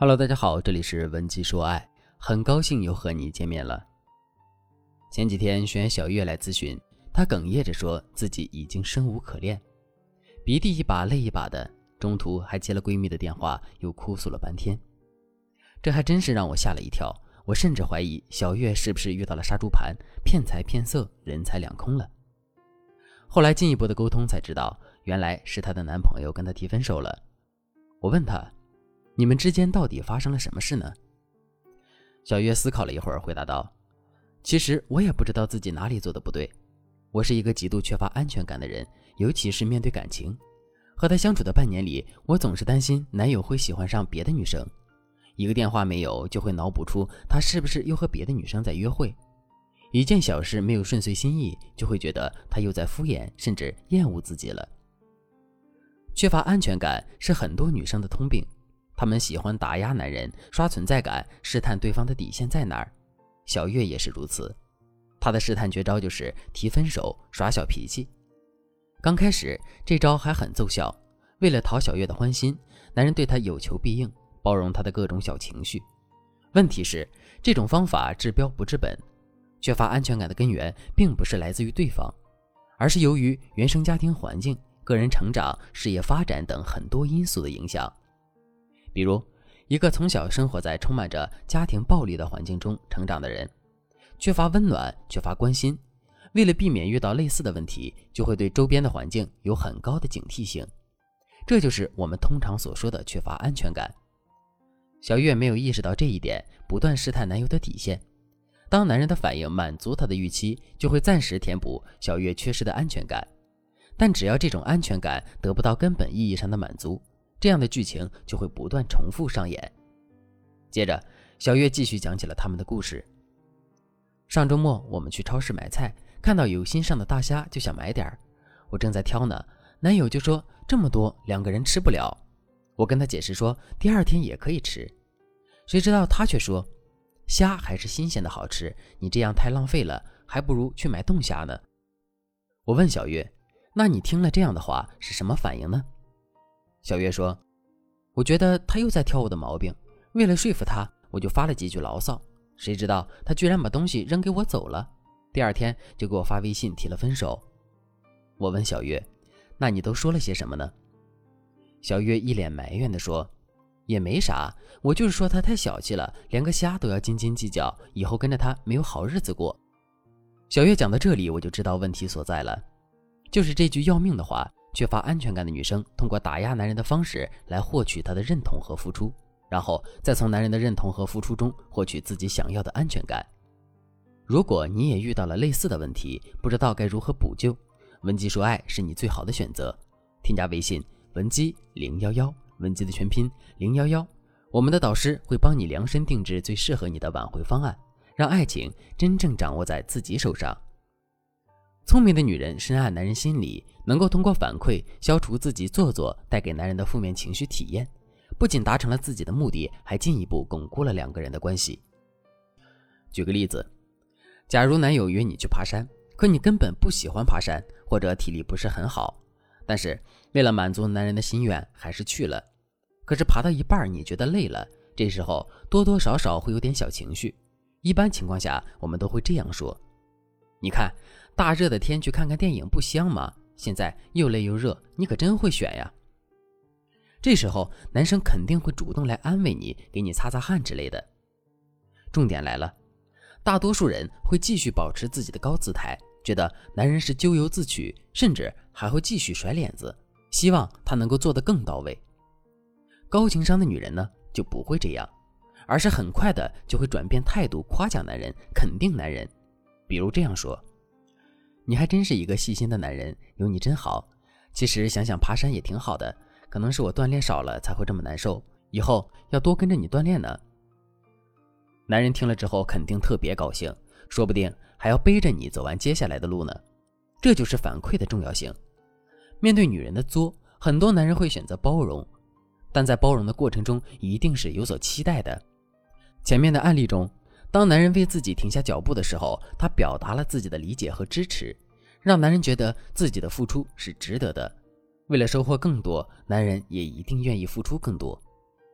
Hello， 大家好，这里是文姬说爱，很高兴又和你见面了。前几天学员小月来咨询，她哽咽着说自己已经生无可恋，鼻涕一把泪一把的，中途还接了闺蜜的电话，又哭诉了半天。这还真是让我吓了一跳，我甚至怀疑小月是不是遇到了杀猪盘，骗财骗色，人财两空了。后来进一步的沟通才知道，原来是她的男朋友跟她提分手了。我问她，你们之间到底发生了什么事呢？小月思考了一会儿，回答道，其实我也不知道自己哪里做的不对，我是一个极度缺乏安全感的人，尤其是面对感情。和他相处的半年里，我总是担心男友会喜欢上别的女生，一个电话没有就会脑补出他是不是又和别的女生在约会，一件小事没有顺遂心意，就会觉得他又在敷衍，甚至厌恶自己了。缺乏安全感是很多女生的通病，她们喜欢打压男人，刷存在感，试探对方的底线在哪儿。小月也是如此，她的试探绝招就是提分手，耍小脾气。刚开始这招还很奏效，为了讨小月的欢心，男人对她有求必应，包容她的各种小情绪。问题是这种方法治标不治本，缺乏安全感的根源并不是来自于对方，而是由于原生家庭环境、个人成长、事业发展等很多因素的影响。比如一个从小生活在充满着家庭暴力的环境中成长的人，缺乏温暖，缺乏关心，为了避免遇到类似的问题，就会对周边的环境有很高的警惕性，这就是我们通常所说的缺乏安全感。小月没有意识到这一点，不断试探男友的底线，当男人的反应满足她的预期，就会暂时填补小月缺失的安全感，但只要这种安全感得不到根本意义上的满足，这样的剧情就会不断重复上演。接着小月继续讲起了他们的故事。上周末我们去超市买菜，看到有新上的大虾就想买点，我正在挑呢，男友就说这么多两个人吃不了，我跟他解释说第二天也可以吃，谁知道他却说虾还是新鲜的好吃，你这样太浪费了，还不如去买冻虾呢。我问小月，那你听了这样的话是什么反应呢？小月说，我觉得他又在挑我的毛病，为了说服他，我就发了几句牢骚，谁知道他居然把东西扔给我走了，第二天就给我发微信提了分手。我问小月，那你都说了些什么呢？小月一脸埋怨地说，也没啥，我就是说他太小气了，连个虾都要斤斤计较，以后跟着他没有好日子过。小月讲到这里，我就知道问题所在了，就是这句要命的话，缺乏安全感的女生通过打压男人的方式来获取他的认同和付出，然后再从男人的认同和付出中获取自己想要的安全感。如果你也遇到了类似的问题，不知道该如何补救，文姬说爱是你最好的选择。添加微信文姬011，文姬的全拼011，我们的导师会帮你量身定制最适合你的挽回方案，让爱情真正掌握在自己手上。聪明的女人深谙男人心理，能够通过反馈消除自己做作带给男人的负面情绪体验，不仅达成了自己的目的，还进一步巩固了两个人的关系。举个例子，假如男友约你去爬山，可你根本不喜欢爬山，或者体力不是很好，但是为了满足男人的心愿还是去了。可是爬到一半你觉得累了，这时候多多少少会有点小情绪，一般情况下我们都会这样说，你看大热的天去看看电影不香吗？现在又累又热，你可真会选呀。这时候男生肯定会主动来安慰你，给你擦擦汗之类的。重点来了，大多数人会继续保持自己的高姿态，觉得男人是咎由自取，甚至还会继续甩脸子，希望他能够做得更到位。高情商的女人呢，就不会这样，而是很快的就会转变态度，夸奖男人，肯定男人。比如这样说，你还真是一个细心的男人，有你真好，其实想想爬山也挺好的，可能是我锻炼少了才会这么难受，以后要多跟着你锻炼呢。男人听了之后肯定特别高兴，说不定还要背着你走完接下来的路呢。这就是反馈的重要性。面对女人的作，很多男人会选择包容，但在包容的过程中一定是有所期待的。前面的案例中，当男人为自己停下脚步的时候，他表达了自己的理解和支持，让男人觉得自己的付出是值得的。为了收获更多，男人也一定愿意付出更多。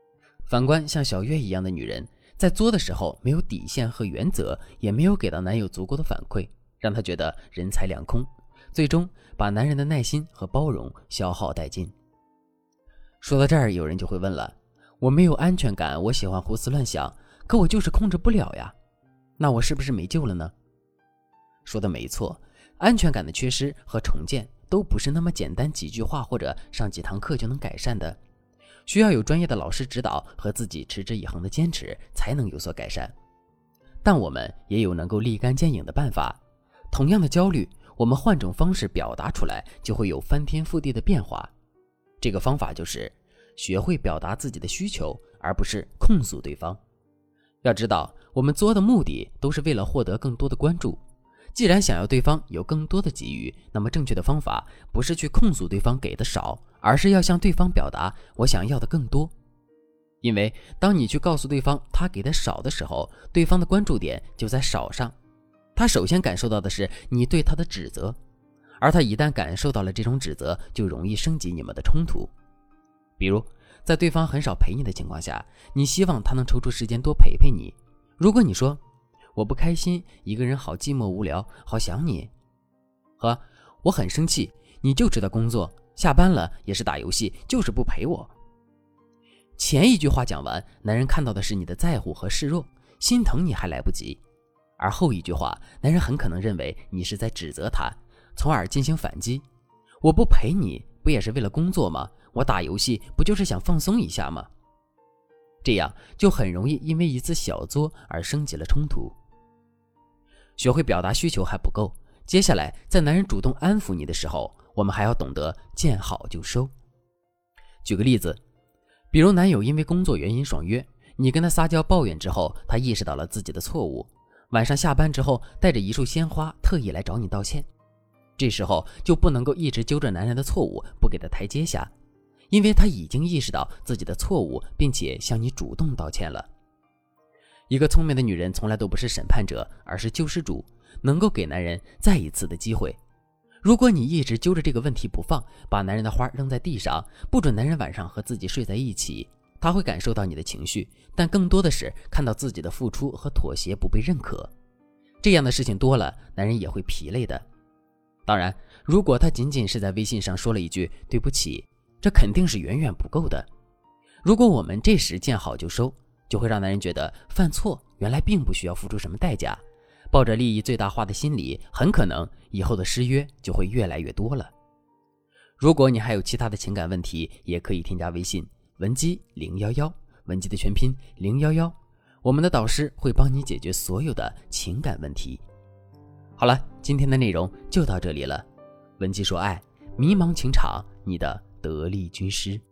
反观像小月一样的女人，在作的时候没有底线和原则，也没有给到男友足够的反馈，让她觉得人财两空，最终把男人的耐心和包容消耗殆尽。说到这儿，有人就会问了，我没有安全感，我喜欢胡思乱想，可我就是控制不了呀，那我是不是没救了呢？说的没错，安全感的缺失和重建都不是那么简单几句话或者上几堂课就能改善的，需要有专业的老师指导和自己持之以恒的坚持才能有所改善。但我们也有能够立竿见影的办法，同样的焦虑，我们换种方式表达出来，就会有翻天覆地的变化。这个方法就是学会表达自己的需求，而不是控诉对方。要知道，我们作的目的都是为了获得更多的关注。既然想要对方有更多的给予，那么正确的方法不是去控诉对方给的少，而是要向对方表达我想要的更多。因为当你去告诉对方他给的少的时候，对方的关注点就在少上，他首先感受到的是你对他的指责，而他一旦感受到了这种指责，就容易升级你们的冲突。比如在对方很少陪你的情况下，你希望他能抽出时间多陪陪你。如果你说我不开心，一个人好寂寞无聊，好想你，和我很生气，你就知道工作，下班了也是打游戏，就是不陪我。前一句话讲完，男人看到的是你的在乎和示弱，心疼你还来不及，而后一句话，男人很可能认为你是在指责他，从而进行反击。我不陪你不也是为了工作吗？我打游戏不就是想放松一下吗？这样就很容易因为一次小作而升级了冲突。学会表达需求还不够，接下来在男人主动安抚你的时候，我们还要懂得见好就收。举个例子，比如男友因为工作原因爽约，你跟他撒娇抱怨之后，他意识到了自己的错误，晚上下班之后带着一束鲜花特意来找你道歉。这时候就不能够一直揪着男人的错误不给他台阶下，因为他已经意识到自己的错误，并且向你主动道歉了。一个聪明的女人从来都不是审判者，而是救世主，能够给男人再一次的机会。如果你一直揪着这个问题不放，把男人的花扔在地上，不准男人晚上和自己睡在一起，他会感受到你的情绪，但更多的是看到自己的付出和妥协不被认可。这样的事情多了，男人也会疲累的。当然，如果他仅仅是在微信上说了一句对不起，这肯定是远远不够的。如果我们这时见好就收，就会让男人觉得犯错原来并不需要付出什么代价，抱着利益最大化的心理，很可能以后的失约就会越来越多了。如果你还有其他的情感问题，也可以添加微信文姬011，文姬的全拼011，我们的导师会帮你解决所有的情感问题。好了，今天的内容就到这里了。文姬说爱，迷茫情场，你的得力军师。